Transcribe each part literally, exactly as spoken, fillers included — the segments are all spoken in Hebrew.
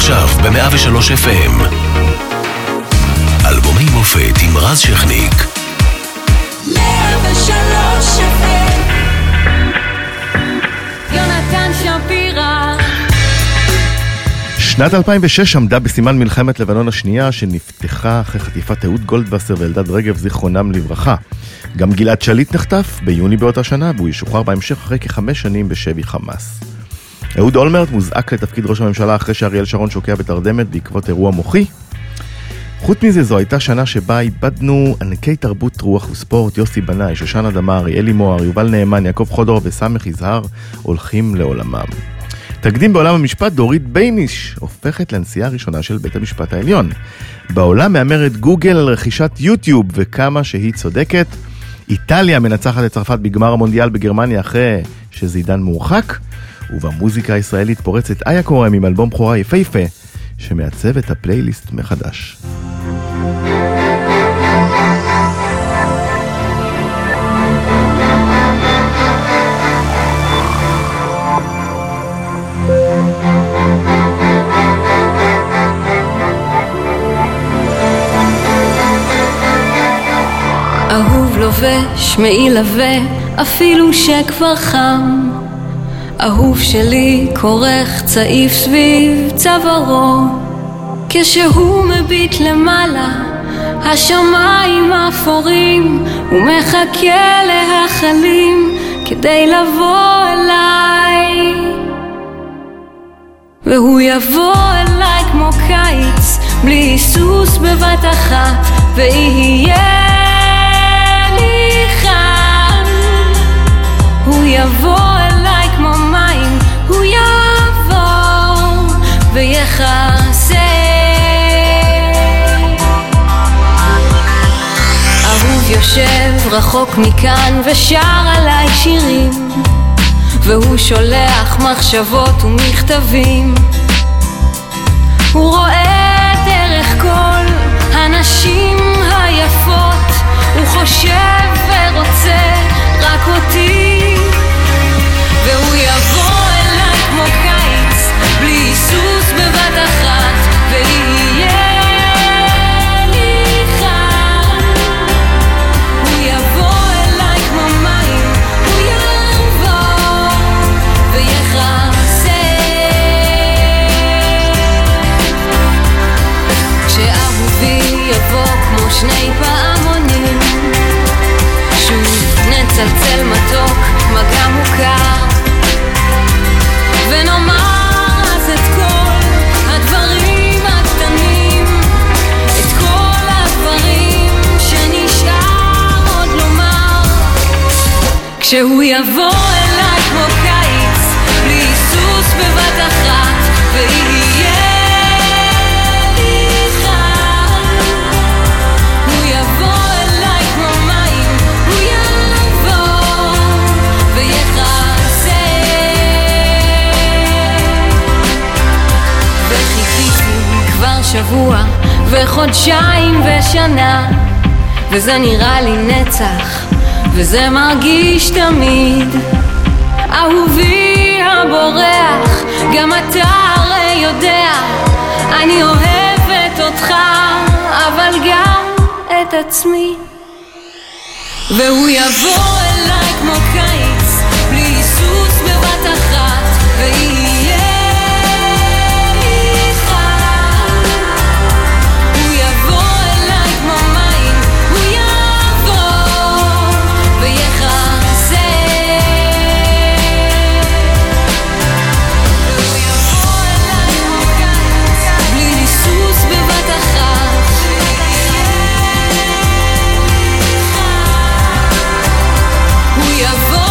עכשיו ב-מאה ושלוש אף אם. אלבומי מופת עם רז שכניק. מאה ושלוש אף אם. יונתן שפירא. שנת אלפיים ושש עמדה בסימן מלחמת לבנון השנייה, שנפתחה אחרי חטיפת אהוד גולדווסר ואלדד רגב זיכרונם לברכה. גם גלעד שליט נחטף ביוני באותה שנה, והוא ישוחרר בהמשך אחרי כחמש שנים בשבי חמאס. אהוד אולמרט מוזעק לתפקיד ראש הממשלה אחרי שאריאל שרון שוקע בתרדמת בעקבות אירוע מוחי. חוץ מזה, זו הייתה שנה שבה איבדנו ענקי תרבות, רוח וספורט, יוסי בנאי, שושנה דמארי, אלי מוהר, יובל נאמן, יעקב חודור וסמך יזהר הולכים לעולמם. תקדים בעולם המשפט, דורית בייניש הופכת לנשיאה הראשונה של בית המשפט העליון. בעולם מאמרת גוגל על רכישת יוטיוב וכמה שהיא צודקת. איטליה מנצחת את צרפת בגמר המונדיאל בגרמניה אחרי שזידן מורחק. ובמוזיקה הישראלית פורצת איה קורם עם אלבום בחורה יפהפה שמעצב את הפלייליסט מחדש. אהוב לובש מעי לווה אפילו שכבר חם, אהוב שלי כורך צעיף סביב צווארו, כשהוא מביט למעלה השמיים אפורים, הוא מחכה להחלים כדי לבוא אליי, והוא יבוא אליי כמו קיץ בלי היסוס בבת אחת, ויהיה לי חם. הוא יבוא אליי כמו מים, הוא יבוא ויחסה. אהוב יושב רחוק מכאן ושר עליי שירים, והוא שולח מחשבות ומכתבים, הוא רואה דרך כל הנשים היפות, הוא חושב ורוצה רק אותי, והוא יבוא אליי כמו קיץ בלי היסוס בבת אחת, ויהיה לי חם. הוא יבוא אליי כמו מים, הוא יבוא ויחסה. כשאהובי יבוא כמו שני פעמונים, שוב נצלצל מתוק מגע מוכר, ונאמר אז את כל הדברים הקטנים, את כל הדברים שנשאר עוד לומר. כשהוא יבוא אליי כמו קיץ בלי היסוס בבת אחת, ויהיה לי חם. הוא יבוא אליי כמו מים, הוא יבוא ויחסה. וחיכיתי כבר שבוע וחודשיים ושנה, וזה נראה לי נצח וזה מרגיש תמיד. אהובי הבורח, גם אתה הרי יודע, אני אוהבת אותך אבל גם את עצמי, והוא יבוא אליי כמו קיץ בלי היסוס בבת אחת, ויהיה לי חם. הוא יבוא אליי כמו מים, הוא יבוא ויחסה. והוא יבוא אליי כמו קיץ בלי היסוס בבת אחת, הוא יבוא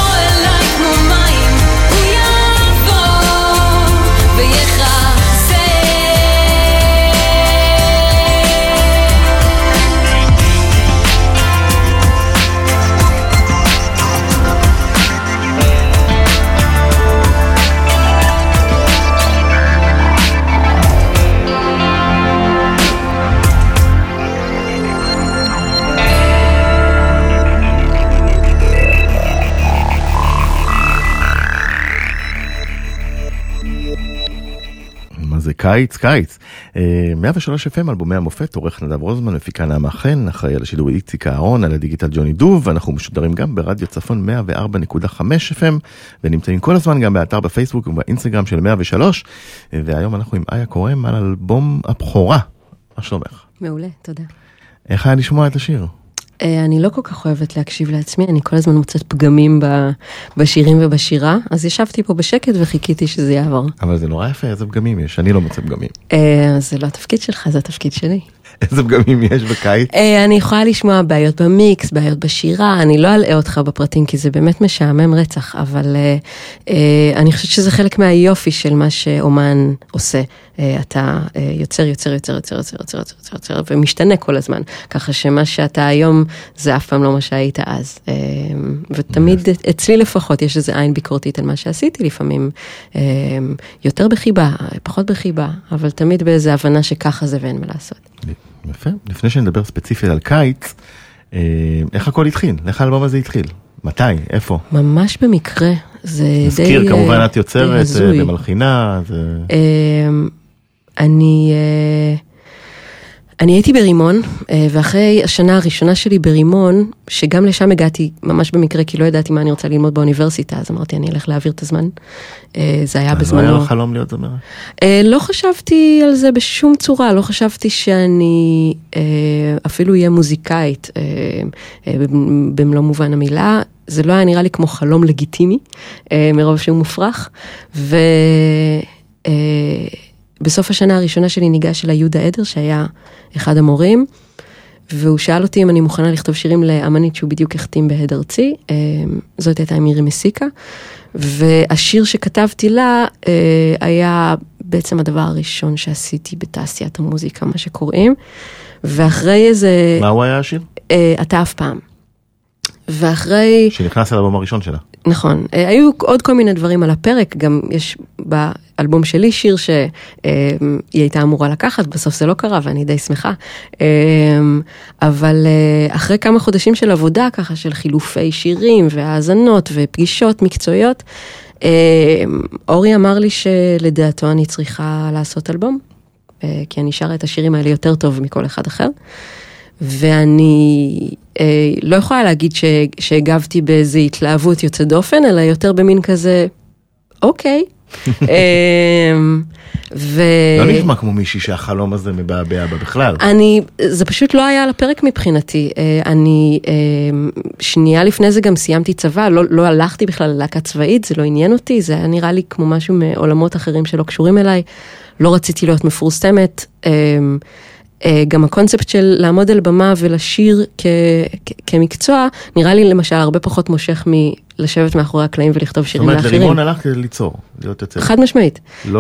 זה קיץ, קיץ. מאה ושלוש אף אם, אלבומי המופת, עורך נדב רוזמן, מפיקה נעמה חן, אחראי על השידור איציק אהרון, על הדיגיטל ג'וני דוב, ואנחנו משודרים גם ברדיו צפון מאה וארבע נקודה חמש אף אם, ונמצאים כל הזמן גם באתר בפייסבוק ובאינסטגרם של מאה ושלוש, והיום אנחנו עם איה קורם על אלבום הבכורה. מה שלומך? מעולה, תודה. איך היה לשמוע את השיר? אני לא כל כך אוהבת להקשיב לעצמי, אני כל הזמן מוצאת פגמים בשירים ובשירה, אז ישבתי פה בשקט וחיכיתי שזה יעבור. אבל זה נורא יפה, איזה פגמים יש, אני לא מוצא פגמים. זה לא התפקיד שלך, זה התפקיד שלי. איזה פגמים יש בקיץ? אני יכולה לשמוע בעיות במיקס, בעיות בשירה, אני לא אלאה אותך בפרטים, כי זה באמת משעמם רצח, אבל אני חושבת שזה חלק מהיופי של מה שאומן עושה. אתה יוצר, יוצר, יוצר, יוצר, יוצר, יוצר, יוצר, יוצר, ומשתנה כל הזמן. ככה שמה שאתה היום, זה אף פעם לא מה שהיית אז. ותמיד, אצלי לפחות, יש איזו עין ביקורתית על מה שעשיתי, לפעמים יותר בחיבה, פחות בחיבה, אבל תמיד באיזו הבנה שככה זה ואין מה לעשות. יפה. לפני שנדבר ספציפית על קיץ, איך הכל התחיל? איך האלבום הזה התחיל? מתי? איפה? ממש במקרה. זה די... נזכיר, כמובן את יוצרת, במלחינה. אני... אני הייתי ברימון, ואחרי השנה הראשונה שלי ברימון, שגם לשם הגעתי ממש במקרה, כי לא ידעתי מה אני רוצה ללמוד באוניברסיטה, אז אמרתי, אני אלך להעביר את הזמן. זה היה בזמנו... לא היה לך חלום להיות זמרת? לא חשבתי על זה בשום צורה, לא חשבתי שאני אפילו אהיה מוזיקאית, במלוא מובן המילה. זה לא היה נראה לי כמו חלום לגיטימי, מרוב שהוא מופרך, ו... בסוף השנה הראשונה שלי ניגש אל יהודה עדר, שהיה אחד המורים, והוא שאל אותי אם אני מוכנה לכתוב שירים לאמנית שהוא בדיוק החתים בהד ארצי, זאת הייתה מירי מסיקה, והשיר שכתבתי לה היה בעצם הדבר הראשון שעשיתי בתעשיית המוזיקה, מה שקוראים, ואחרי איזה... מה הוא היה השיר? אתה אף פעם. ואחרי... שנכנס לאלבום הראשון שלה. נכון. היו עוד כל מיני דברים על הפרק, גם יש באלבום שלי שיר שהיא הייתה אמורה לקחת, בסוף זה לא קרה ואני די שמחה. אבל אחרי כמה חודשים של עבודה, ככה של חילופי שירים והאזנות ופגישות מקצועיות, אורי אמר לי שלדעתו אני צריכה לעשות אלבום, כי אני שרה את השירים האלה יותר טוב מכל אחד אחר. ואני אה, לא יכולה להגיד ש, שהגבתי באיזו התלהבות יוצאת דופן, אלא יותר במין כזה, אוקיי. ו... לא נשמע כמו מישהי שהחלום הזה מבעבע בה בכלל. אני, זה פשוט לא היה על הפרק מבחינתי. אני, שנייה לפני זה גם סיימתי צבא, לא, לא הלכתי בכלל ללהקה צבאית, זה לא עניין אותי, זה היה נראה לי כמו משהו מעולמות אחרים שלא קשורים אליי. לא רציתי להיות מפורסמת. גם הקונספט של לעמוד על במה ולשיר כ- כ- כמקצוע, נראה לי למשל הרבה פחות מושך מלשבת מאחורי הקלעים ולכתוב שירים לאחרים. זאת אומרת, לרימון הלך כדי ליצור, להיות יוצא. חד משמעית. לא...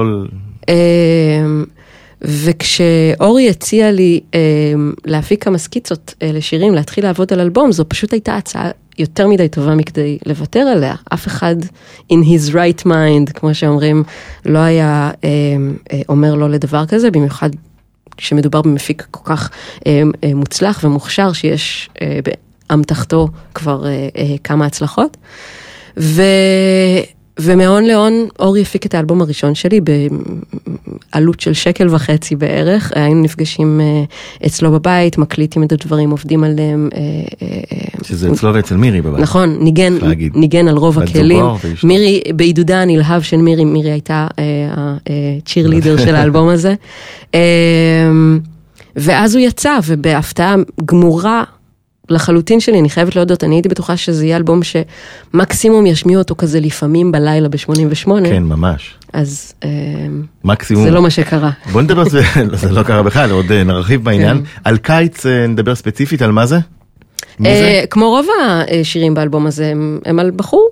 וכשאורי הציע לי להפיק כמה סקיצות לשירים, להתחיל לעבוד על אלבום, זו פשוט הייתה הצעה יותר מדי טובה מכדי לוותר עליה. אף אחד in his right mind, כמו שאומרים, לא היה אומר לא לדבר כזה, במיוחד כשמדובר במפיק כל כך אה, אה, מוצלח ומוכשר, שיש אה, באמתחתו כבר אה, אה, כמה הצלחות. ו... ומהון להון, אורי הפיק את האלבום הראשון שלי, בעלות של שקל וחצי בערך, היינו נפגשים אה, אצלו בבית, מקליטים את הדברים, עובדים עליהם. אה, אה, שזה אצלו ואצל מירי בבית. נכון, ניגן, ניגן על רוב הכלים. מירי, בעידודה הנלהב של מירי, מירי הייתה הצ'יר לידר של האלבום הזה. אה, ואז הוא יצא, ובהפתעה גמורה, לחלוטין שלי, אני חייבת להודות, אני הייתי בטוחה שזה יהיה אלבום שמקסימום ישמיעו אותו כזה לפעמים בלילה ב-שמונים ושמונה. כן, ממש. אז מקסימום. זה לא מה שקרה. בוא נדבר, זה לא קרה בכלל, עוד נרחיב בעניין. על קיץ נדבר ספציפית, על מה זה? מי זה? כמו רוב השירים באלבום הזה, הם על בחור.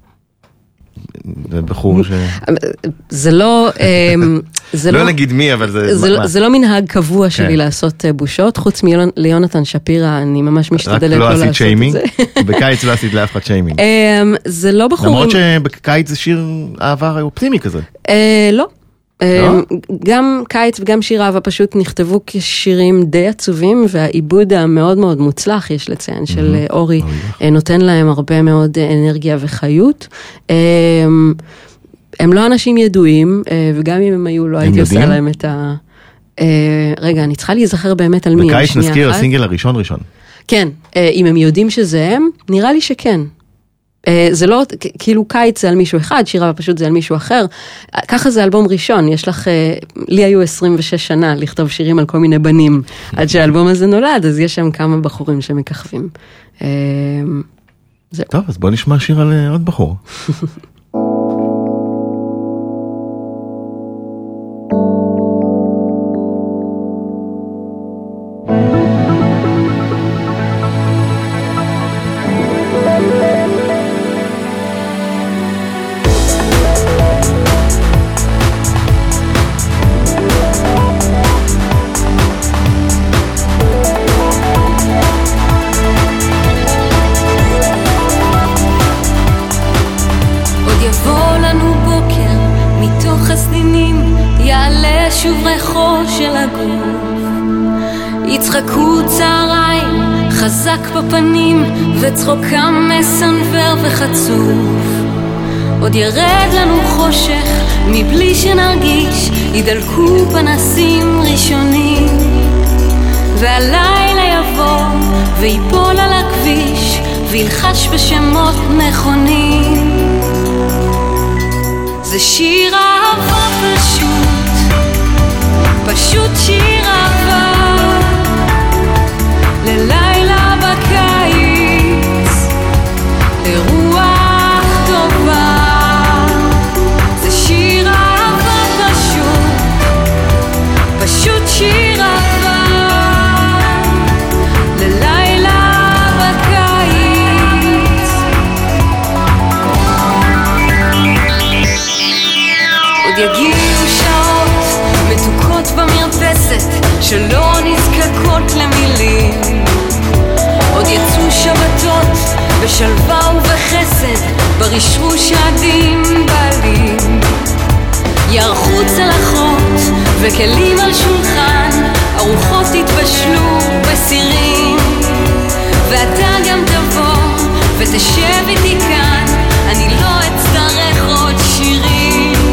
זה בחור ש... זה לא... לא נגיד מי, אבל זה... זה לא מנהג קבוע שלי לעשות בושות, חוץ מיונתן שפירה, אני ממש משתדלת לא לעשות את זה. בקיץ לא עשית לאף אחד שיימינג. זה לא בחורים... למרות שבקיץ זה שיר אהבה אופטימי כזה. לא. גם קיץ וגם שיר אהבה פשוט נכתבו כשירים די עצובים, והעיבוד המאוד מאוד מוצלח, יש לציין, של אורי, נותן להם הרבה מאוד אנרגיה וחיות. הם לא אנשים ידועים, וגם אם הם היו, לא הייתי עושה להם את ה... רגע, אני צריכה להיזכר באמת על מי. בקיץ נזכיר, הסינגל הראשון ראשון. כן, אם הם יודעים שזה הם, נראה לי שכן. זה לא, כאילו קיץ זה על מישהו אחד, שירה פשוט זה על מישהו אחר. ככה זה אלבום ראשון, יש לך, לי היו עשרים ושש שנה לכתוב שירים על כל מיני בנים, עד שהאלבום הזה נולד, אז יש שם כמה בחורים שמככבים. טוב, אז בוא נשמע שיר על עוד בחור. יצחקו צהריים חזק בפנים וצחוקם מסנבר וחצוף, עוד ירד לנו חושך מבלי שנרגיש, ידלקו פנסים ראשונים, והלילה יבוא ויפול על הכביש וילחש בשמות נכונים. זה שיר אהבה פשוט, פשוט שיר אהבה ללילה בקיץ, לרוח טובה. זה שיר אהבה פשוט, פשוט שיר אהבה ללילה בקיץ. עוד יגיעו שעות מתוקות במרפסת שלא נזקקות למילים, עוד יצאו שבתות בשלווה ובחסד ברשרוש העדים בעלים, יערכו צלחות וכלים על שולחן, ארוחות יתבשלו בסירים, ואתה גם תבוא ותשב איתי כאן, אני לא אצטרך עוד שירים.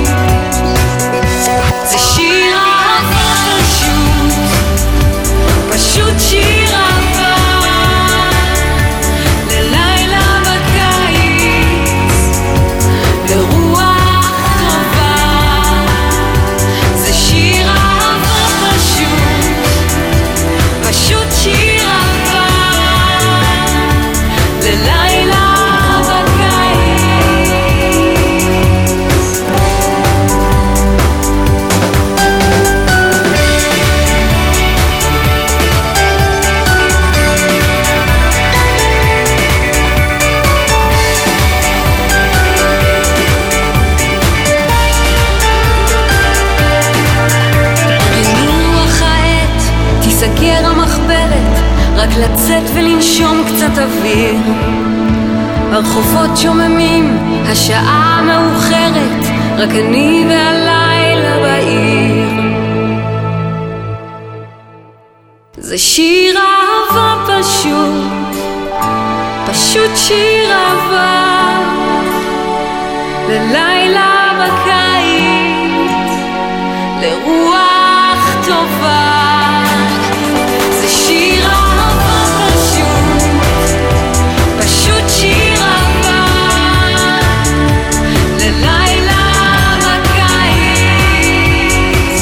זה שיר אהבה פשוט, פשוט שיר אהבה ללילה בקיץ, לרוח טובה. זה שיר אהבה פשוט, פשוט שיר אהבה ללילה בקיץ. תיסגר המחברת, רק לצאת ולנשום קצת אוויר, הרחובות שוממים, השעה מאוחרת, רק אני והלילה בעיר. זה שיר אהבה פשוט, פשוט שיר אהבה ללילה בקיץ, לרוח טובה. זה שיר אהבה פשוט, פשוט שיר אהבה ללילה בקיץ.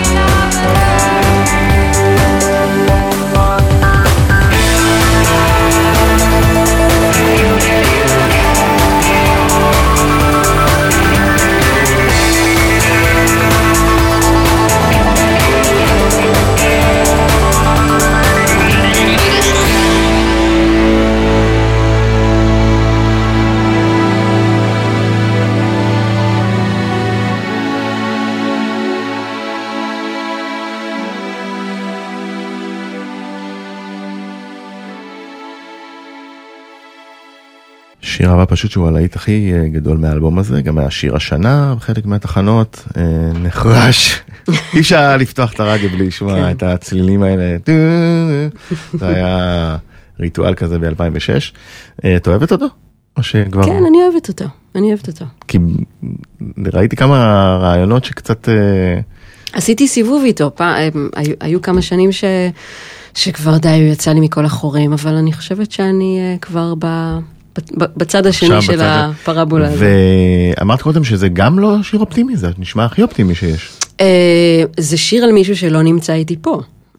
שיר אהבה פשוט שהוא הלהיט הכי גדול מהאלבום הזה, גם מהשיר השנה, בחלק מהתחנות, נחרש. אי אפשר לפתוח את הרדיו בלי לשמוע את הצלילים האלה. זה היה ריטואל כזה ב-אלפיים ושש. את אוהבת אותו? כן, אני אוהבת אותו. אני אוהבת אותו. כי ראיתי כמה רעיונות שקצת... עשיתי סיבוב איתו, פעם, היו, היו כמה שנים ש, שכבר די הוא יצא לי מכל החורים, אבל אני חושבת שאני כבר ב, ב, בצד השני של בצד הפרבולה הזאת. ואמרת קודם שזה גם לא שיר אופטימי, זה נשמע הכי אופטימי שיש. זה שיר על מישהו שלא נמצא איתי פה.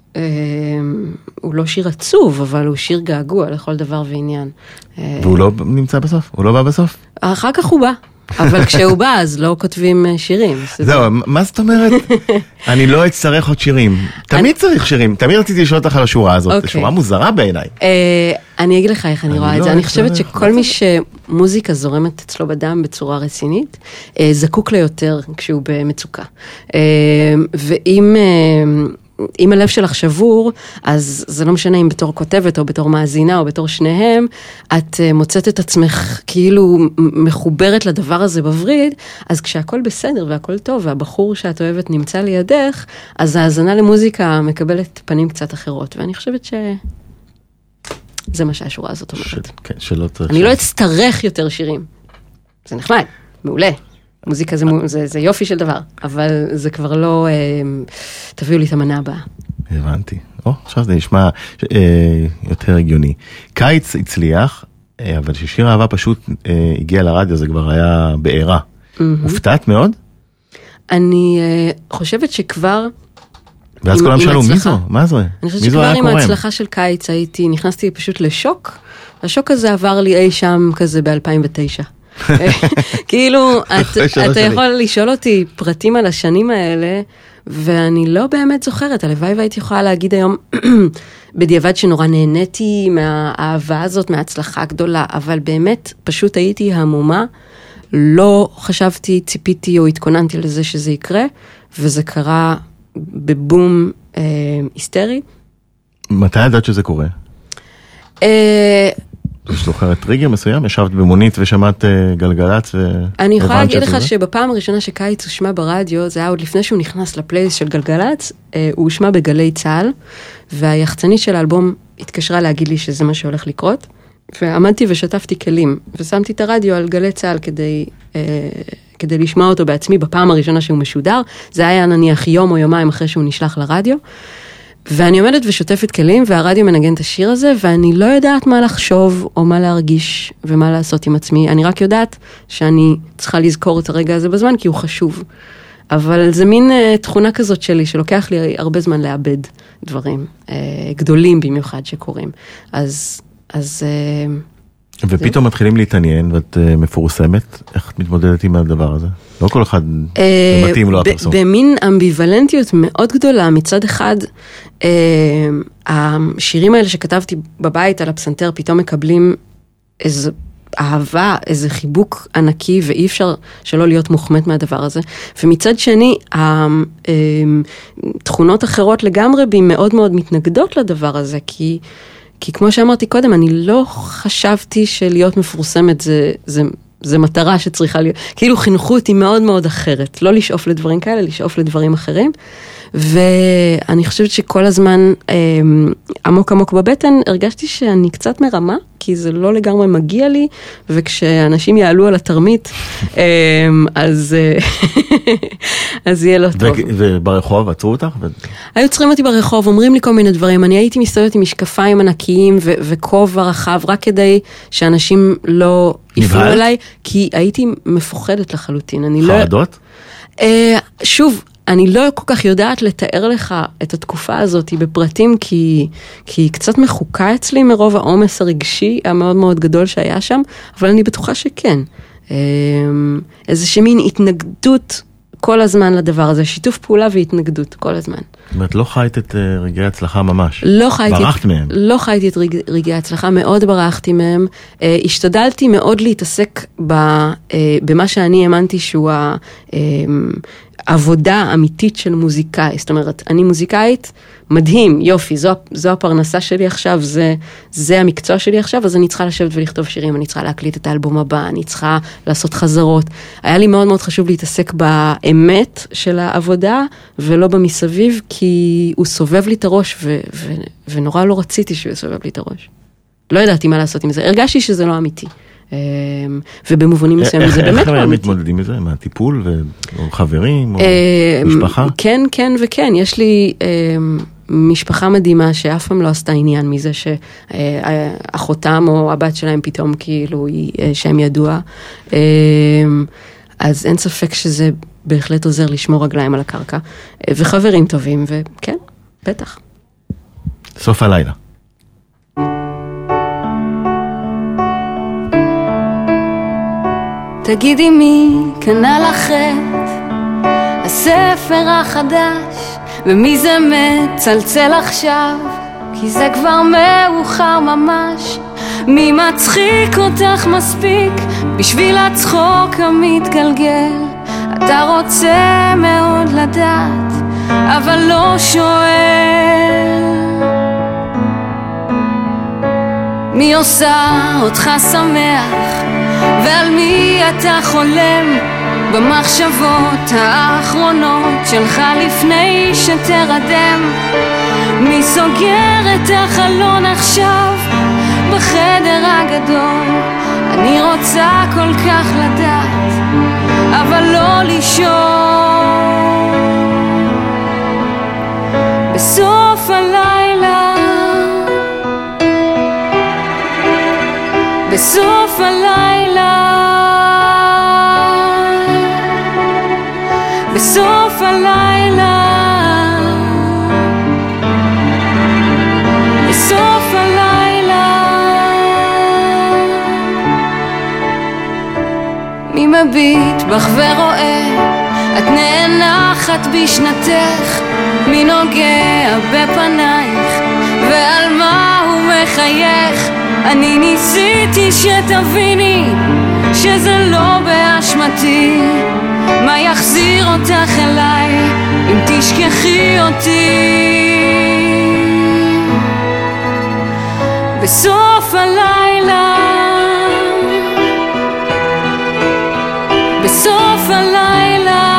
הוא לא שיר עצוב, אבל הוא שיר געגוע לכל דבר ועניין. והוא לא נמצא בסוף? הוא לא בא בסוף? אחר כך הוא בא. אבל כשהוא בא, אז לא כותבים שירים. זהו, מה זאת אומרת? אני לא אצטרך עוד שירים. תמיד צריך שירים. תמיד רציתי לשאול אותך על השורה הזאת. זו שורה מוזרה בעיניי. אני אגיד לך איך אני רואה את זה. אני חושבת שכל מי שמוזיקה זורמת אצלו בדם בצורה רצינית, זקוק ליותר כשהוא במצוקה. ואם... אם הלב שלך שבור, אז זה לא משנה אם בתור כותבת או בתור מאזינה או בתור שניהם, את מוצאת את עצמך כאילו מחוברת לדבר הזה בווריד, אז כשהכל בסדר והכל טוב והבחור שאת אוהבת נמצא לידך, אז ההאזנה למוזיקה מקבלת פנים קצת אחרות, ואני חושבת ש... זה מה שהשורה הזאת אומרת. ש... כן, שלא צריך... אני לא אצטרך יותר שירים. זה נחמד, מעולה. מוזיקה זה, זה, זה יופי של דבר, אבל זה כבר לא, אה, תביאו לי את המנה הבאה. הבנתי. או, עכשיו זה נשמע אה, יותר הגיוני. קיץ הצליח, אה, אבל ששיר אהבה פשוט אה, הגיע לרדיו, זה כבר היה בעירה. Mm-hmm. הופתעת מאוד? אני אה, חושבת שכבר... ואז כולם שאלו, מי זו? מה זו? אני חושבת שכבר עם ההצלחה של קיץ הייתי, נכנסתי פשוט לשוק, השוק הזה עבר לי אי שם כזה ב-אלפיים ותשע. כאילו, אתה יכול לשאול אותי פרטים על השנים האלה, ואני לא באמת זוכרת, הלוואי והייתי יכולה להגיד היום, בדיעבד שנורא נהניתי מהאהבה הזאת, מההצלחה הגדולה, אבל באמת פשוט הייתי המומה, לא חשבתי, ציפיתי או התכוננתי לזה שזה יקרה, וזה קרה בבום אה, היסטרי. מתי ידעת שזה קורה? אה... יש זוכרת טריגר מסוים? ישבת במונית ושמעת גלגלץ ו... אני יכולה להגיד לך שבפעם הראשונה שקיץ הוא שמע ברדיו, זה היה עוד לפני שהוא נכנס לפלייליסט של גלגלץ, הוא הושמע בגלי צהל, והיחצנית של האלבום התקשרה להגיד לי שזה מה שהולך לקרות, ועמדתי ושטפתי כלים, ושמתי את הרדיו על גלי צהל כדי, כדי לשמוע אותו בעצמי בפעם הראשונה שהוא משודר, זה היה נניח יום או יומיים אחרי שהוא נשלח לרדיו, ואני עומדת ושוטפת כלים, והרדיו מנגן את השיר הזה, ואני לא יודעת מה לחשוב, או מה להרגיש, ומה לעשות עם עצמי. אני רק יודעת שאני צריכה לזכור את הרגע הזה בזמן, כי הוא חשוב. אבל זה מין uh, תכונה כזאת שלי, שלוקח לי הרבה זמן לאבד דברים, uh, גדולים במיוחד שקורים. אז... אז uh, ופתאום זה... מתחילים להתעניין, ואת uh, מפורסמת. איך את מתמודדת עם הדבר הזה? לא כל אחד uh, מתאים לו הפרסום. במין אמביוולנטיות מאוד גדולה, מצד אחד, uh, השירים האלה שכתבתי בבית על הפסנתר, פתאום מקבלים איזו אהבה, איזה חיבוק ענקי, ואי אפשר שלא להיות מוחמד מהדבר הזה. ומצד שני, התכונות אחרות לגמרי בי מאוד מאוד מתנגדות לדבר הזה, כי... כי כמו שאמרתי קודם, אני לא חשבתי שלהיות מפורסמת זה, זה, זה מטרה שצריכה להיות, כאילו חינכו אותי מאוד מאוד אחרת, לא לשאוף לדברים כאלה, לשאוף לדברים אחרים, ואני חושבת שכל הזמן עמוק עמוק בבטן הרגשתי שאני קצת מרמה, כי זה לא לגמרי מגיע לי, וכשאנשים יעלו על התרמית, אז אז יהיה לא טוב. וברחוב עצרו אותך? היו צריכים אותי ברחוב, אומרים לי כל מיני דברים, אני הייתי מסתובבת עם משקפיים ענקיים וכובע רחב, רק כדי שאנשים לא יפנו אליי, כי הייתי מפוחדת לחלוטין. חרדות? שוב, אני לא כל כך יודעת לתאר לך את התקופה הזאת בפרטים, כי, כי היא קצת מחוקה אצלי מרוב העומס הרגשי המאוד מאוד גדול שהיה שם, אבל אני בטוחה שכן. איזושהי מין התנגדות כל הזמן לדבר הזה, שיתוף פעולה והתנגדות כל הזמן. זאת אומרת, לא חיית את רגעי הצלחה ממש. לא חייתי, ברחת מהם. לא חייתי את רגע, רגעי הצלחה, מאוד ברחתי מהם. השתדלתי מאוד להתעסק ב, במה שאני האמנתי שהוא העבודה האמיתית של מוזיקאי. זאת אומרת, אני מוזיקאית, מדהים, יופי, זו, זו הפרנסה שלי עכשיו, זה, זה המקצוע שלי עכשיו, אז אני צריכה לשבת ולכתוב שירים, אני צריכה להקליט את האלבום הבא, אני צריכה לעשות חזרות. היה לי מאוד מאוד חשוב להתעסק באמת של העבודה, ולא במסביב, כי הוא סובב לי את הראש, ו- ו- ונורא לא רציתי שהוא יסובב לי את הראש. לא ידעתי מה לעשות עם זה. הרגשתי שזה לא אמיתי. ובמובנים מסוימים זה באמת איך לא הם אמיתי. מתמודדים מזה? מהטיפול או חברים או משפחה? כן, כן וכן. יש לי משפחה מדהימה שאף פעם לא עשתה עניין מזה שאחותם או הבת שלהם פתאום כאילו שם ידוע. אז אין ספק שזה בהחלט עוזר לשמור רגליים על הקרקע. וחברים טובים, וכן, בטח. סוף הלילה. תגידי מי קנה לחת הספר החדש, ומי זה מצלצל עכשיו, כי זה כבר מאוחר ממש. מי מצחיק אותך מספיק בשביל הצחוק המתגלגל? אתה רוצה מאוד לדעת אבל לא שואל. מי עושה אותך שמח ועל מי אתה חולם במחשבות האחרונות שלך לפני שתרדם? מי סוגר את החלון עכשיו בחדר הגדול? אני רוצה כל כך לדעת אבל לא לשאול. בסוף הלילה, בסוף הלילה, בסוף הלילה, בסוף הלילה, מי מביט בך ורואה את נאנחת בשנתך? מי נוגע בפנייך ועל מה הוא מחייך? אני ניסיתי שתביני שזה לא באשמתי. מה יחזיר אותך אליי אם תשכחי אותי? בסוף הלילה, בסוף הלילה,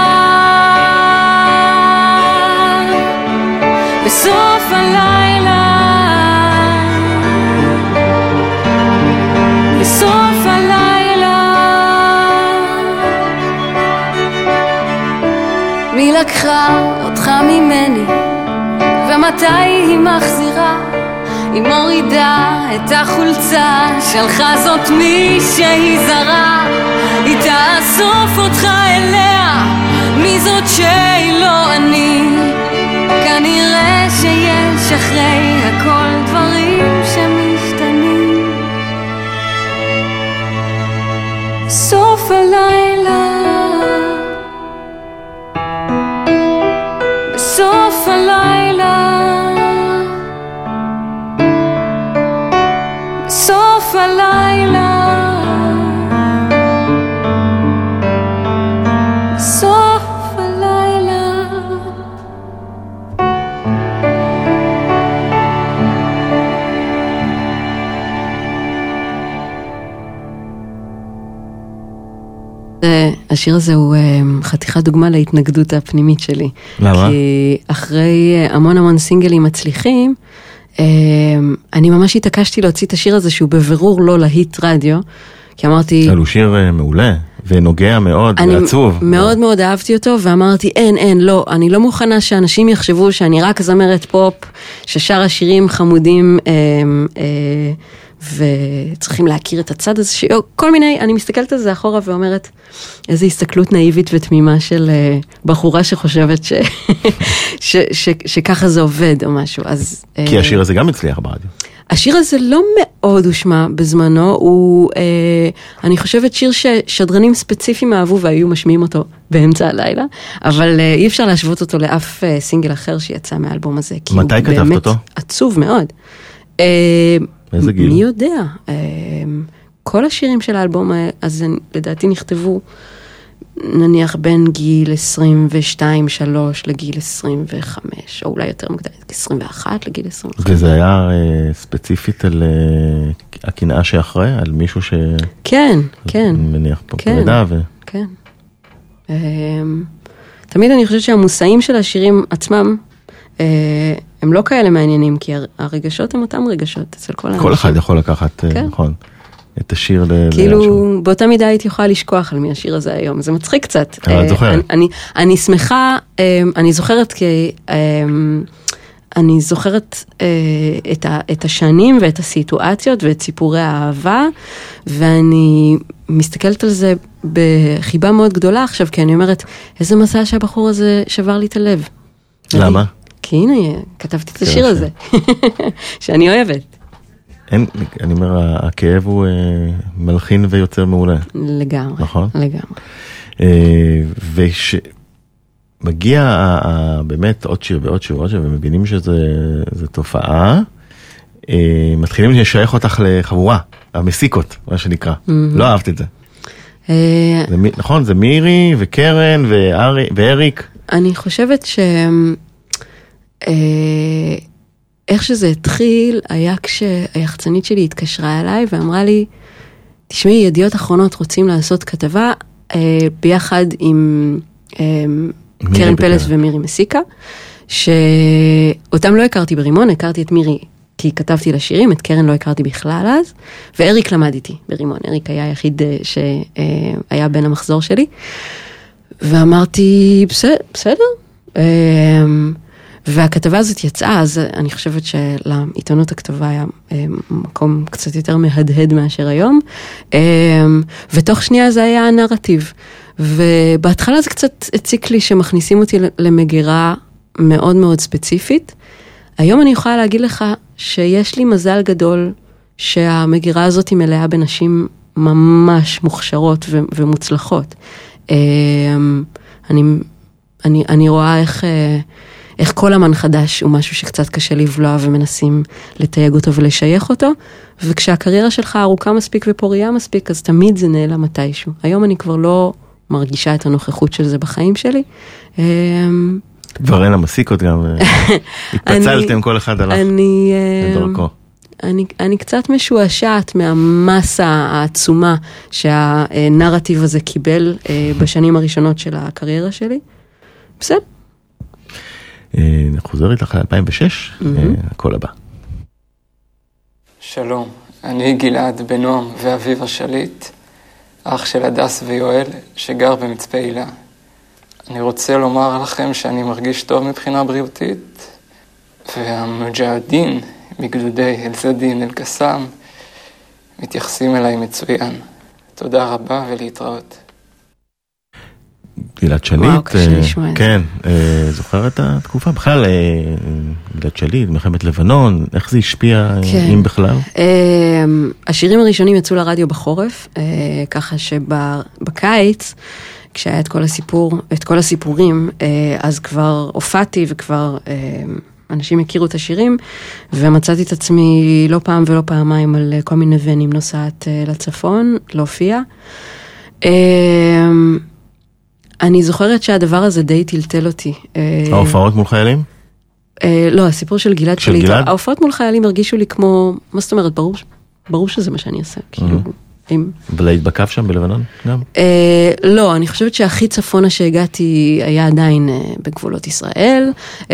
בסוף הלילה, בסוף הלילה, מי לקחה אותך ממני ומתי היא מחזירה? היא מורידה את החולצה שלך, זאת מי שהיא זרה. היא תאסוף אותך אליה, מי זאת שהיא לא אני? כנראה שיש אחרי הכל דברים שמשתנים. סוף הלילה, בסוף הלילה, בסוף הלילה, בסוף הלילה. השיר הזה הוא חתיכת דוגמה להתנגדות הפנימית שלי. למה? כי אחרי המון המון סינגלים מצליחים, אני ממש התעקשתי להוציא את השיר הזה שהוא בבירור לא להיט רדיו, כי אמרתי... הוא שיר מעולה ונוגע מאוד ועצוב. אני מאוד מאוד אהבתי אותו ואמרתי אין, אין, לא, אני לא מוכנה שאנשים יחשבו שאני רק זמרת פופ, ששר השירים חמודים וצריכים להכיר את הצד הזה, כל מיני, אני מסתכלת על זה אחורה ואומרת, איזו הסתכלות נאיבית ותמימה של בחורה שחושבת ש, ש, ש, שככה זה עובד או משהו. אז, כי השיר הזה גם הצליח ברדיו. השיר הזה לא מאוד הושמע בזמנו, הוא, אני חושבת שיר ששדרנים ספציפיים אהבו והיו משמיעים אותו באמצע הלילה, אבל אי אפשר להשוות אותו לאף סינגל אחר שיצא מהאלבום הזה. מתי כתבת אותו? עצוב מאוד. איזה גיל? מי יודע? כל השירים של האלבום הזה לדעתי נכתבו נניח בין גיל עשרים ושתיים שלוש לגיל עשרים וחמש, או אולי יותר מוקדם, עשרים ואחת לגיל עשרים וחמש. וזה היה ספציפית על הקנאה שאחרי, על מישהו ש... כן, כן. מניח פה פרידה ו... כן. תמיד אני חושבת שהמושאים של השירים עצמם, הם לא כאלה מעניינים, כי הרגשות הם אותם רגשות אצל כל האנשים. כל אחד יכול לקחת, נכון. את השיר ל... כאילו, באותה מידה הייתי יכולה לשכוח על מי השיר הזה היום, זה מצחיק קצת. אבל את זוכרת. אני, אני שמחה, אני זוכרת כי... אני זוכרת אה, את, ה, את השנים ואת הסיטואציות ואת סיפורי האהבה, ואני מסתכלת על זה בחיבה מאוד גדולה עכשיו, כי אני אומרת, איזה מסע שהבחור הזה שבר לי את הלב. למה? כי הנה, כתבתי את השיר הזה, שאני אוהבת. אין, אני אומר, הכאב הוא אה, מלחין ויוצר מעולה. לגמרי. נכון? לגמרי. אה, וש... מגיע ה, ה, באמת עוד שיר ועוד שיר ועוד שיר, ומבינים שזה תופעה, אה, מתחילים לשייך אותך לחבורה, המסיקות, מה שנקרא. Mm-hmm. לא אהבת את זה. אה... זה. נכון, זה מירי וקרן וארי, ואריק. אני חושבת ש... אה, איך שזה התחיל, היה כשהיחצנית שלי התקשרה אליי ואמרה לי, תשמעי, ידיעות אחרונות רוצים לעשות כתבה אה, ביחד עם... אה, קרן פלס ומירי מסיקה, שאותם לא הכרתי ברימון, הכרתי את מירי כי כתבתי לשירים, את קרן לא הכרתי בכלל אז, ואריק למד איתי ברימון, אריק היה היחיד שהיה בין המחזור שלי, ואמרתי, בסדר, והכתבה הזאת יצאה, אז אני חושבת שלעיתונות הכתובה היה מקום קצת יותר מהדהד מאשר היום, ותוך שנייה זה היה הנרטיב, ובהתחלה זה קצת הציק לי שמכניסים אותי למגירה מאוד מאוד ספציפית. היום אני יכולה להגיד לך שיש לי מזל גדול שהמגירה הזאת היא מלאה בנשים ממש מוכשרות ו- ומוצלחות. אני, אני, אני רואה איך, איך כל אמן חדש הוא משהו שקצת קשה לבלוע ומנסים לתייג אותו ולשייך אותו, וכשהקריירה שלך ארוכה מספיק ופוריה מספיק, אז תמיד זה נעלם מתישהו. היום אני כבר לא... מרגישה את הנוכחות של זה בחיים שלי. כבר אין המסיקות גם, התפצלתם כל אחד הלך לדרכו. אני קצת משועשעת מהמסה העצומה שהנרטיב הזה קיבל בשנים הראשונות של הקריירה שלי. בסדר. חוזר איתך ל-אלפיים ושש, הכל הבא. שלום, אני גלעד בנועם ואביב השליט. אח של הדס ויואל, שגר במצפה הילה. אני רוצה לומר לכם שאני מרגיש טוב מבחינה בריאותית, והמג'הדין מגדודי אל-זדין אל-קסאם מתייחסים אליי מצוין. תודה רבה ולהתראות. גלעד שליט, וואו, קשה לשמוע את זה. כן, זוכר את התקופה? בכלל, גלעד שליט, מלחמת לבנון, איך זה השפיע, אם בכלל? השירים הראשונים יצאו לרדיו בחורף, ככה שבקיץ, כשהיה את כל הסיפור, את כל הסיפורים, אז כבר הופעתי וכבר אנשים הכירו את השירים, ומצאתי את עצמי לא פעם ולא פעמיים על כל מיני ונים נוסעת לצפון, להופיע. אני זוכרת שהדבר הזה די טלטל אותי. ההופעות מול חיילים? לא, הסיפור של גלעד שלי. ההופעות מול חיילים הרגישו לי כמו, מה זאת אומרת, ברור שזה מה שאני אעשה. ולהית בקו שם בלבנון גם? לא, אני חושבת שהכי צפונה שהגעתי היה עדיין בגבולות ישראל.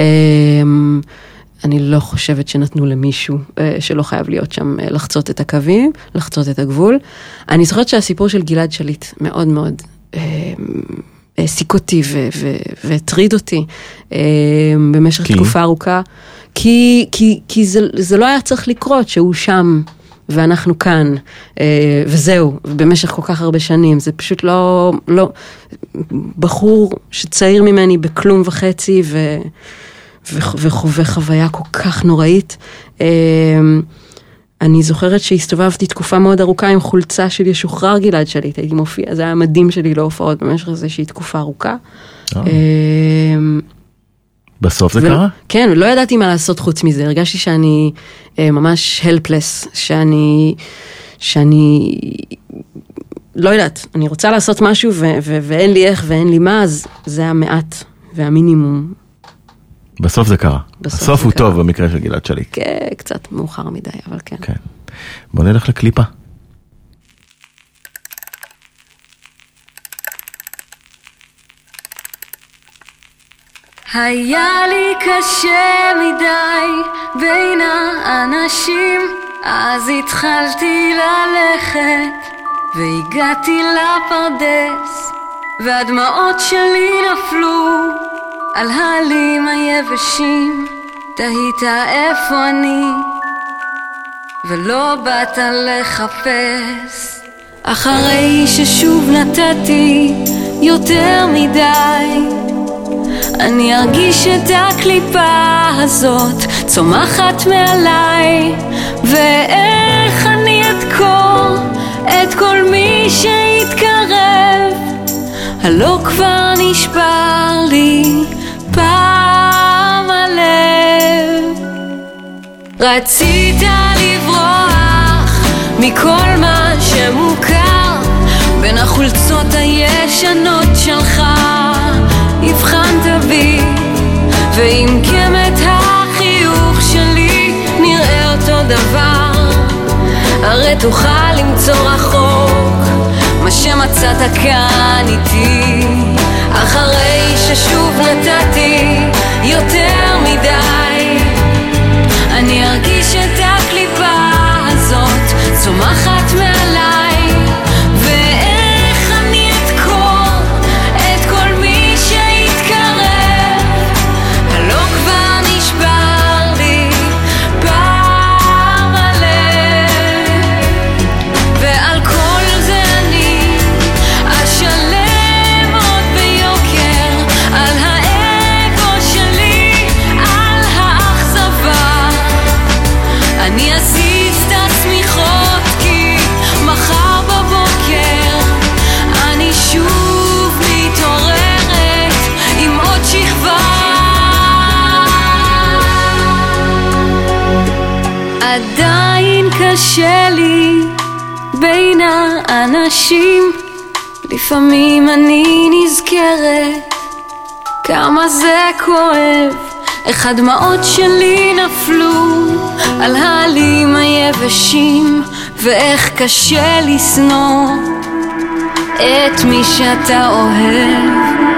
אני לא חושבת שנתנו למישהו שלא חייב להיות שם לחצות את הקווים, לחצות את הגבול. אני זוכרת שהסיפור של גלעד שליט מאוד מאוד סיק אותי והטריד אותי במשך תקופה ארוכה, כי זה לא היה צריך לקרות שהוא שם ואנחנו כאן, וזהו, במשך כל כך הרבה שנים. זה פשוט לא, בחור שצעיר ממני בכלום וחצי וחווה חוויה כל כך נוראית. אני זוכרת שהסתובבתי תקופה מאוד ארוכה עם חולצה של ישוחרר גלעד שליט, הייתי מופיע, זה היה מדהים שלי להופעות במשך איזושהי תקופה ארוכה. בסוף זה קרה? כן, לא ידעתי מה לעשות חוץ מזה, הרגשתי שאני ממש helpless, שאני, שאני, לא יודעת, אני רוצה לעשות משהו ואין לי איך ואין לי מה, אז זה המעט והמינימום. בסוף זה קרה. בסוף הוא טוב במקרה של גלעד שליט. כן, קצת מאוחר מדי, אבל כן. כן. בוא נלך לקליפה. היה לי קשה מדי בין האנשים, אז התחלתי ללכת והגעתי לפרדס, והדמעות שלי נפלו על העלים היבשים. תהית איפה אני ולא באת לחפש. אחרי ששוב נתתי יותר מדי, אני ארגיש את הקליפה הזאת צומחת מעליי, ואיך אני אדקור את כל מי שיתקרב. הלא כבר נשבר לי פעם הלב. רצית לברוח מכל מה שמוכר בין החולצות הישנות שלך. הבחנת בי ועם כמת החיוך שלי נראה אותו דבר. הרי תוכל למצוא רחוק מה שמצאת כאן איתי. אחרי ששוב נתתי יותר מדי, אני ארגיש את הקליפה הזאת צומחת מעליי, ואיך אני אדקור את כל מי שיתקרב. הלא כבר נשבר לי פעם הלב, ועל כל זה אני אשלם עוד ביוקר, על האגו שלי, על האכזבה. אני אזיז את הסמיכות כי מחר בבוקר אני שוב מתעוררת עם עוד שכבה. עדיין קשה לי בין האנשים, לפעמים אני נזכרת כמה זה כואב, איך הדמעות שלי נפלו על העלים היבשים, ואיך קשה לשנוא את מי שאתה אוהב.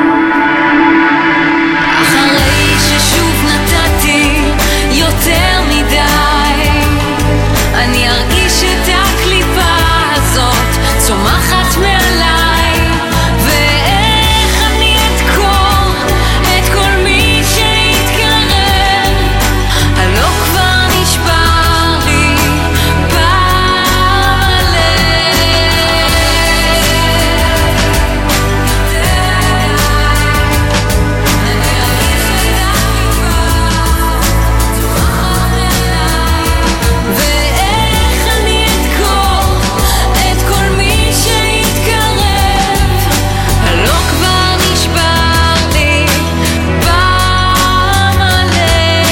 אחרי ששוב נתתי יותר מדי, אני ארגיש את הקליפה הזאת צומחת מעליי, ואיך אני אדקור את כל מי שיתקרב. הלא כבר נשבר לי פעם הלב. אני ארגיש את הקליפה צומחת מעליי, ואיך אני אדקור את כל מי שיתקרב. הלא כבר נשבר לי פעם הלב.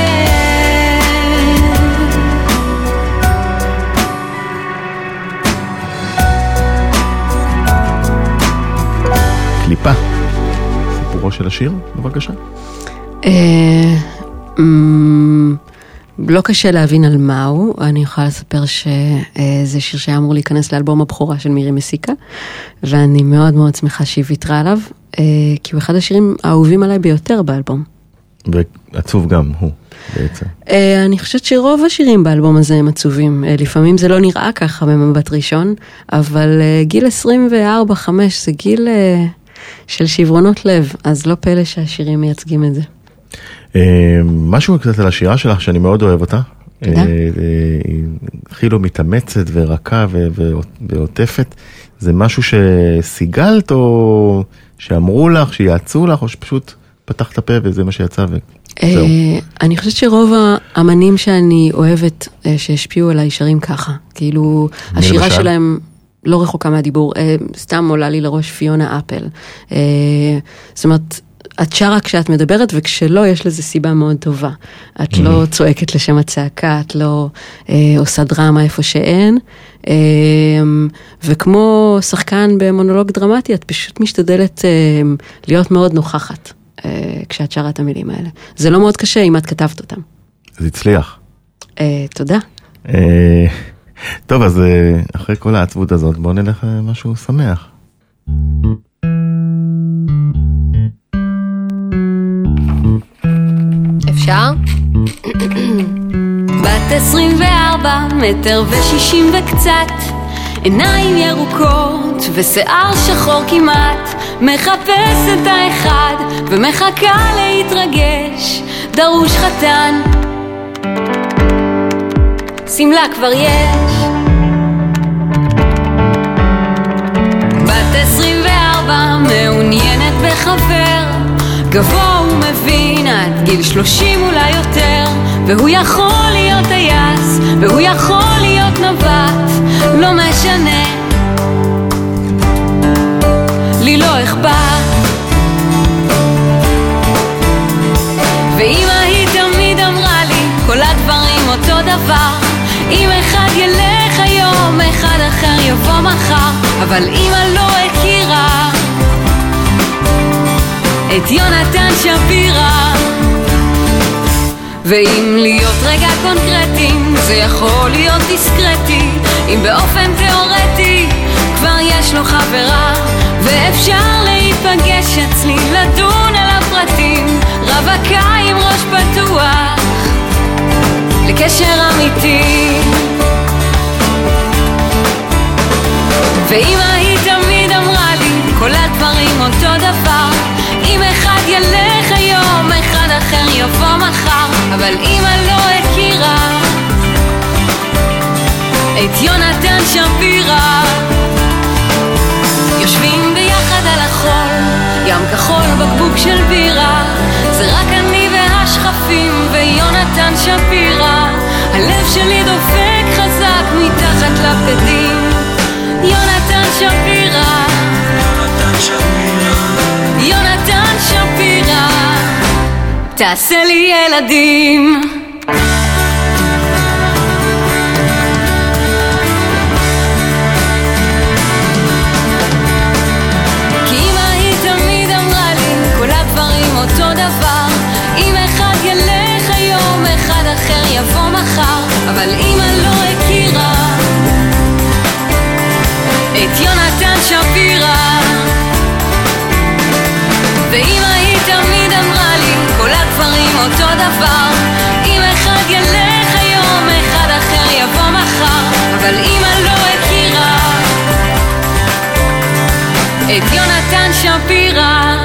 קליפה. סיפורו של השיר, בבקשה. אה, אמ, לא קשה להבין על מה הוא. אני יכולה לספר שזה שיר שהיה אמור להיכנס לאלבום הבכורה של מירי מסיקה, ואני מאוד מאוד שמחה שהיא ויתרה עליו, אה, כי הוא אחד השירים האהובים עליי ביותר באלבום. ועצוב גם הוא, בעצם. אה, אני חושבת שרוב השירים באלבום הזה הם עצובים. אה, לפעמים זה לא נראה ככה במבט ראשון, אבל אה, גיל עשרים וארבע חמש זה גיל אה, של שברונות לב, אז לא פלא שהשירים מייצגים את זה. אה, משהו קצת על השירה שלך שאני מאוד אוהב אותה. תודה. אה, אה, היא הכי לא מתאמצת ורכה ו- ו- ועוטפת. זה משהו שסיגלת או שאמרו לך, שיעצו לך, או שפשוט פתחת הפה וזה מה שיצא וזהו. אה, אני חושבת שרוב האמנים שאני אוהבת אה, שהשפיעו עליי שרים ככה, כאילו השירה למשל? שלהם לא רחוקה מהדיבור, אה, סתם עולה לי לראש פיונה אפל. אה, זאת אומרת, את שרה כשאת מדברת, וכשלא יש לזה סיבה מאוד טובה. את לא צועקת לשם הצעקה, את לא אה, עושה דרמה איפה שאין, אה, וכמו שחקן במונולוג דרמטי, את פשוט משתדלת אה, להיות מאוד נוכחת אה, כשאת שרה את המילים האלה. זה לא מאוד קשה אם את כתבת אותם. זה הצליח. אה, תודה. אה, טוב, אז אה, אחרי כל העצבות הזאת, בואו נלך משהו שמח. אפשר? בת עשרים וארבע, מטר ושישים וקצת, עיניים ירוקות ושיער שחור כמעט, מחפש את האחד ומחכה להתרגש, דרוש חתן, סמלה כבר יש. בת עשרים וארבע, מעוניינת בחבר, גבוה ומבין עד גיל שלושים אולי יותר, והוא יכול להיות טייס, והוא יכול להיות נווט, לא משנה, לי לא אכפת. ואמא היא תמיד אמרה לי, כל הדברים אותו דבר, אם אחד ילך היום, אחד אחר יבוא מחר, אבל אמא לא הכירה את יונתן שפירא. ואם להיות רגע קונקרטיים, זה יכול להיות דיסקרטי, אם באופן תיאורטי כבר יש לו חברה, ואפשר להיפגש אצלי, לדון על הפרטים, רווקה עם ראש פתוח לקשר אמיתי. ואמא היא תמיד אמרה לי, כל הדברים אותו דבר, אם אחד ילך היום, אחד אחר יבוא מחר, אבל אמא לא הכירה את יונתן שפירא. יושבים ביחד על החול, ים כחול, בקבוק של בירה, זה רק אני והשכפים ויונתן שפירא. הלב שלי דופק חזק מתחת לבגדים, יונתן שפירא, יונתן שפירא, יונתן שפירא, תעשה לי ילדים. כי אמא היא תמיד אמרה לי, כל הדברים אותו דבר, אם אחד ילך היום, אחד אחר יבוא מחר, אבל אמא לא הכירה את יונתן שפירא. ואמא היא תמיד אמרה לי, כל הדברים אותו דבר, אם אחד ילך היום, אחד אחר יבוא מחר, אבל אמא לא הכירה את יונתן שפירא.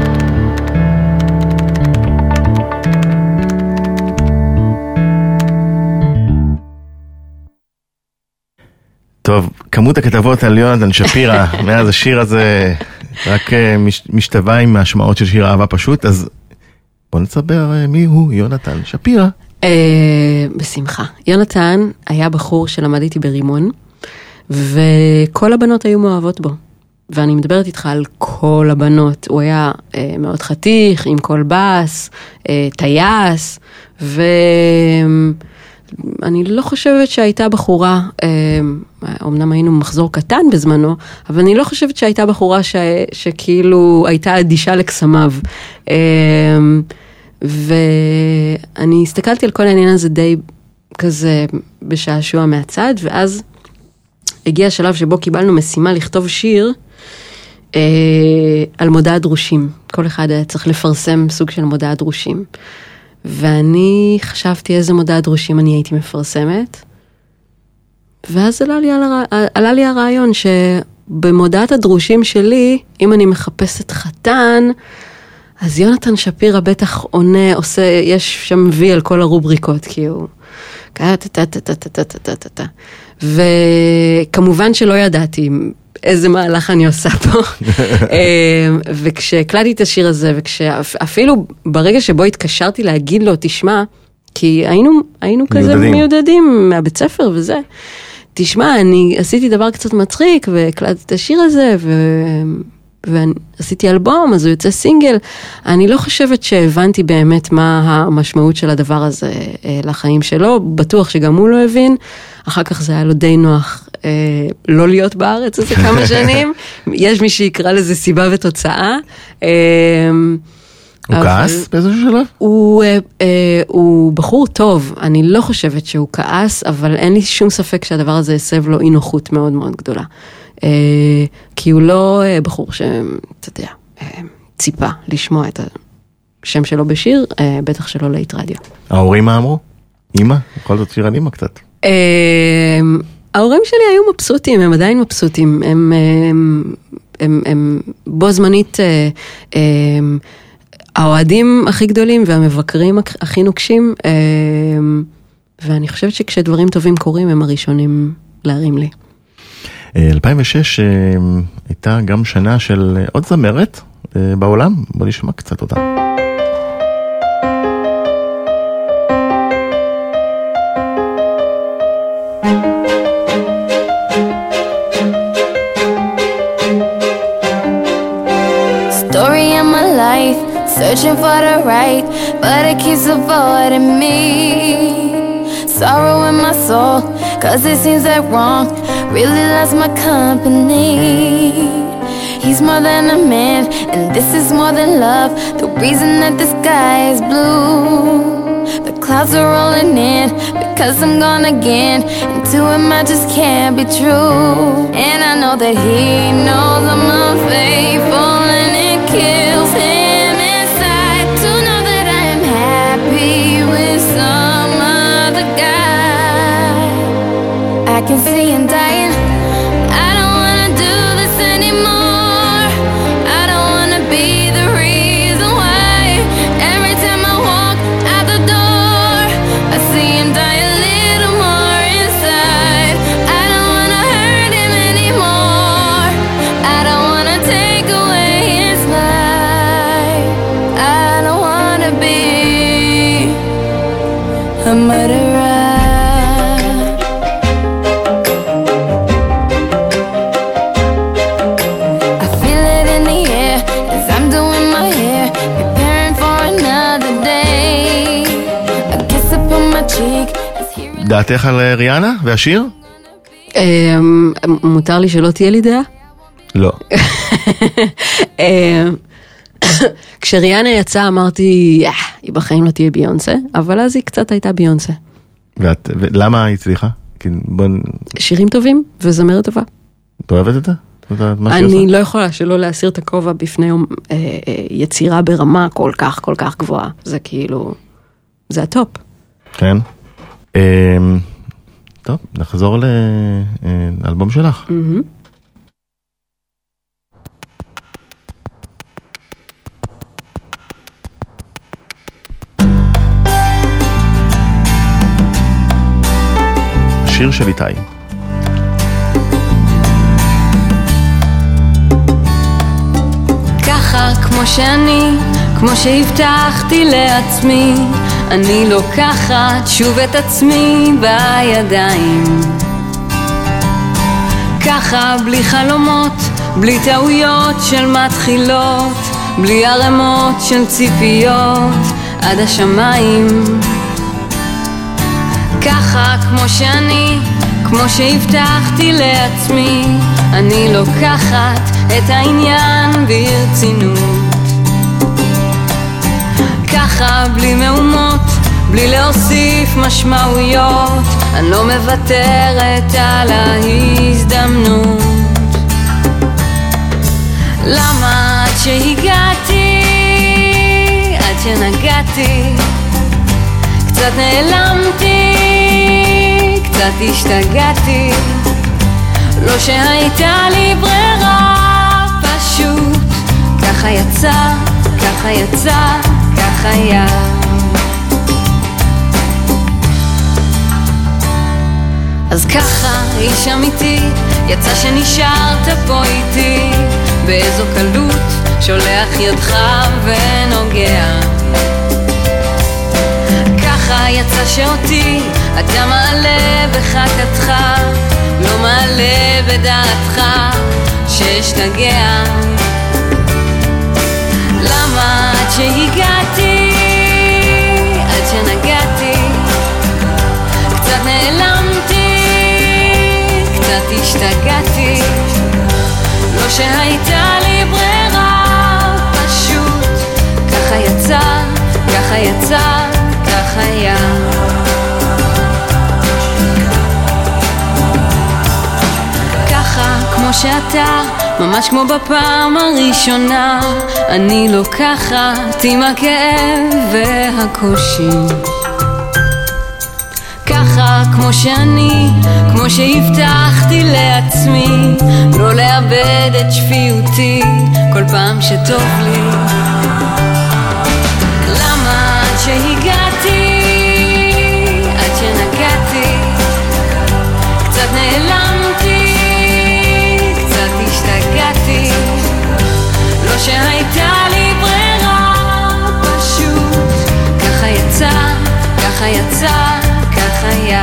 טוב, כמות הכתבות על יונתן שפירא מאז השיר הזה רק משתווה עם ההשמעות של שיר אהבה פשוט, אז בוא נצבר מי הוא יונתן שפירא. בשמחה. יונתן היה בחור שלמד איתי ברימון, וכל הבנות היו מאוהבות בו. ואני מדברת איתך על כל הבנות. הוא היה מאוד חתיך, עם כל בס, טייס, ו... אני לא חושבת שהייתה בחורה, אמנם היינו מחזור קטן בזמנו, אבל אני לא חושבת שהייתה בחורה ש, שכאילו הייתה אדישה לקסמיו. ואני הסתכלתי על כל העניין הזה די כזה בשעשוע מהצד, ואז הגיע השלב שבו קיבלנו משימה לכתוב שיר על מודעת דרושים. כל אחד היה צריך לפרסם סוג של מודעת דרושים. ואני חשבתי איזה מודעת דרושים אני הייתי מפרסמת, ואז עלה לי, הרע... עלה לי הרעיון שבמודעת הדרושים שלי, אם אני מחפשת חתן, אז יונתן שפירא בטח עונה, עושה, יש שם וי על כל הרובריקות, כי הוא... וכמובן שלא ידעתי איזה מהלך אני עושה פה. וכשהקלטתי את השיר הזה, וכשאפילו ברגע שבו התקשרתי להגיד לו, תשמע, כי היינו, היינו כזה מיודדים מהבית ספר וזה, תשמע, אני עשיתי דבר קצת מצחיק, והקלטתי את השיר הזה, ו... ועשיתי אלבום, אז הוא יוצא סינגל. אני לא חושבת שהבנתי באמת מה המשמעות של הדבר הזה לחיים שלו, בטוח שגם הוא לא הבין, אחר כך זה היה לו די נוח לא להיות בארץ איזה כמה שנים, יש מי שיקרא לזה סיבה ותוצאה. הוא כעס באיזשהו שלב? הוא, הוא בחור טוב, אני לא חושבת שהוא כעס, אבל אין לי שום ספק שהדבר הזה הסב לו אי נוחות מאוד מאוד גדולה. כי הוא לא בחור שאתה יודע, ציפה לשמוע את השם שלו בשיר, בטח שלא להיט רדיו. ההורים מה אמרו? אמא? בכל זאת שיר על אמא קצת. ההורים שלי היו מבסוטים, הם עדיין מבסוטים, הם, הם, הם, הם בו זמנית האוהדים הכי גדולים והמבקרים הכי נוקשים, ואני חושבת שכשדברים טובים קורים הם הראשונים להרים לי. אלפיים ושש הייתה גם שנה של עוד זמרת בעולם, בוא נשמע קצת אותה. Searching for the right, but it keeps avoiding me. Sorrow in my soul, cause it seems that wrong really loves my company. He's more than a man, and this is more than love. The reason that the sky is blue. The clouds are rolling in, because I'm gone again. And to him I just can't be true. And I know that he knows I'm unfaithful, and it kills him. I can see him dying. I don't wanna do this anymore. I don't wanna be the reason why. Every time I walk out the door, I see him die a little more inside. I don't wanna hurt him anymore. I don't wanna take away his life. I don't wanna be a murderer. דעתך על ריאנה והשיר? מותר לי שלא תהיה לי דעה? לא. כשריאנה יצאה אמרתי, היא בחיים לא תהיה ביונסה, אבל אז היא קצת הייתה ביונסה. ולמה היא הצליחה? שירים טובים וזמרת טובה. את אוהבת את זה? אני לא יכולה שלא להסיר את הכובע בפני יצירה ברמה כל כך כל כך גבוהה. זה כאילו, זה הטופ. כן. טוב, נחזור לאלבום שלך. שיר של איתי. ככה כמו שאני, כמו שהבטחתי לעצמי, אני לוקחת שוב את עצמי בידיים. ככה בלי חלומות, בלי טעויות של מתחילות, בלי הרמות של ציפיות עד השמיים. ככה כמו שאני, כמו שהבטחתי לעצמי, אני לוקחת את העניין ברצינות. ככה בלי מהומות, בלי להוסיף משמעויות, אני לא מוותרת על ההזדמנות. למה עד שהגעתי, עד שנגעתי, קצת נעלמתי, קצת השתגעתי, לא שהייתה לי ברירה, פשוט ככה יצא, ככה יצא, ככה היה. אז ככה איש אמיתי, יצא שנשארת פה איתי, באיזו קלות שולח ידך ונוגע. ככה יצא שאותי אתה מעלה בחכתך, לא מעלה בדעתך שאשתגע. למה עד שהגעתי, עד שנגעתי, קצת נעלמתי, קצת השתגעתי, לא שהייתה לי ברירה, פשוט ככה יצא, ככה יצא, ככה היה. ככה כמו שאתה, ממש כמו בפעם הראשונה, אני לוקחת עם הכאב והקושי. כמו שאני, כמו שהבטחתי לעצמי, לא לאבד את שפיותי כל פעם שטוב לי. למה עד שהגעתי, עד שנגעתי, קצת נעלמתי, קצת השתגעתי, לא שהייתה לי ברירה, פשוט ככה יצא, ככה יצא, ככה היה.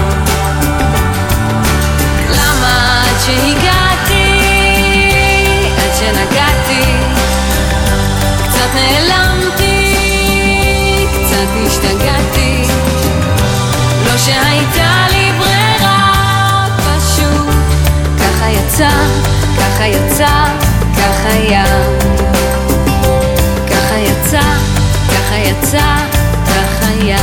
למה עד שהגעתי, עד שנגעתי, קצת נעלמתי, קצת השתגעתי, לא שהייתה לי ברירה, פשוט ככה יצא, ככה יצא, ככה היה. ככה יצא, ככה יצא, ככה היה.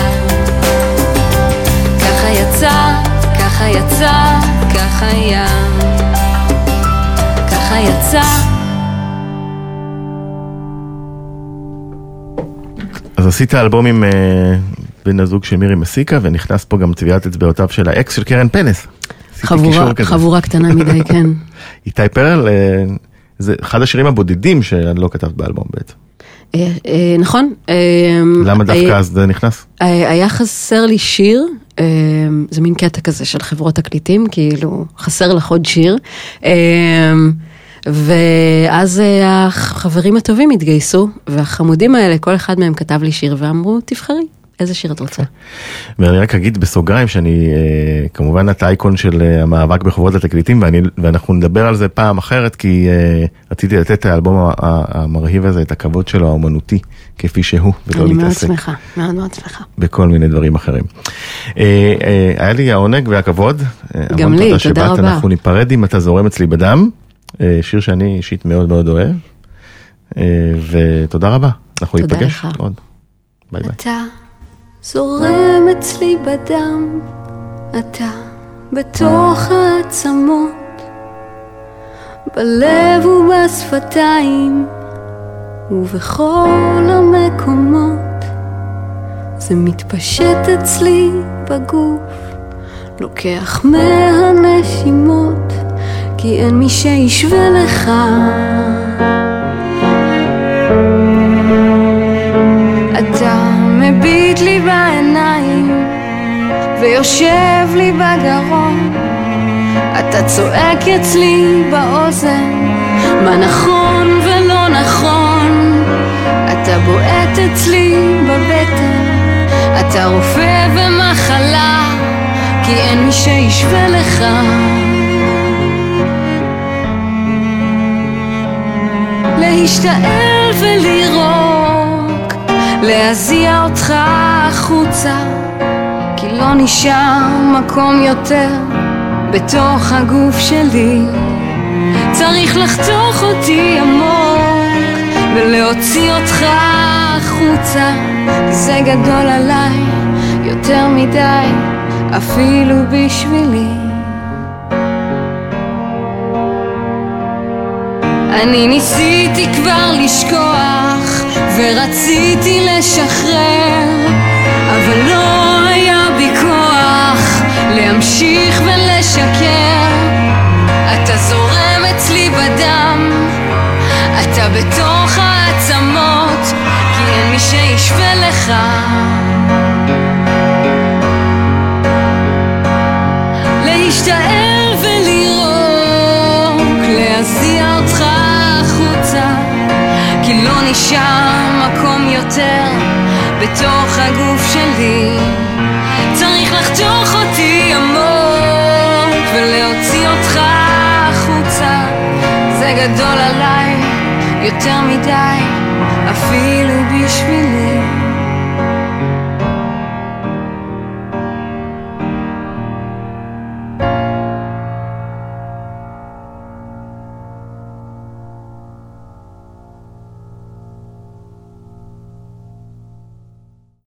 ככה יצא, ככה יצא, ככה היה. ככה יצא. אז עשית אלבום עם uh, בן הזוג של מירי מסיקה, ונכנס פה גם צביעת אצבעותיו של האקס של קרן פנס. חבורה, חבורה קטנה מדי, כן. איתי פרל, uh, זה אחד השירים הבודדים שאני לא כתבת באלבום בעצם. נכון. למה דווקא אז זה נכנס? היה חסר לי שיר, זה מין קטע כזה של חברות תקליטים, כאילו חסר לך עוד שיר, ואז החברים הטובים התגייסו, והחמודים האלה, כל אחד מהם כתב לי שיר, ואמרו, תבחרי, איזה שיר את רוצה? ואני רק אגיד בסוגריים, שאני כמובן את האייקון של המאבק בחברות התקליטים, ואנחנו נדבר על זה פעם אחרת, כי רציתי לתת את האלבום המרהיב הזה, את הכבוד שלו האומנותי, כפי שהוא, ולא להתעסק. אני מאוד שמחה, מאוד מאוד שמחה. בכל מיני דברים אחרים. היה לי העונג והכבוד. גם לי, תודה רבה. אנחנו ניפרד אם אתה זורם אצלי בדם, שיר שאני אישית מאוד מאוד אוהב, ותודה רבה. אנחנו ניפגש עוד. ביי ביי. אתה זורם אצלי בדם, אתה בתוך העצמות, בלב ובשפתיים ובכל המקומות. זה מתפשט אצלי בגוף, לוקח מהנשימות, כי אין מי שישווה לך. אתה מביט לי בעיניים ויושב לי בגרון, אתה צועק אצלי באוזן מה נכון ולא נכון, אתה בועט אצלי בבטן, אתה רופא ומחלה, כי אין מי שישווה לך. להשתעל ולירוק, להזיע אותך החוצה, כי לא נשאר מקום יותר בתוך הגוף שלי. צריך לחתוך אותי עמוק ולהוציא אותך החוצה, כי זה גדול עליי יותר מדי אפילו בשבילי. אני ניסיתי כבר לשכוח ורציתי לשחרר, אבל לא היה בי כוח להמשיך ולשקר. אתה זורם אצלי בדם, אתה בתוך העצמות, כי אין מי שישווה לך. להשתעל ולירוק, להזיע אותך החוצה, כי לא נשאר מקום יותר בתוך הגוף שלי. צריך לחתוך אותי עמוק ולהוציא אותך החוצה, זה גדול עליי יותר מדי אפילו בשבילי.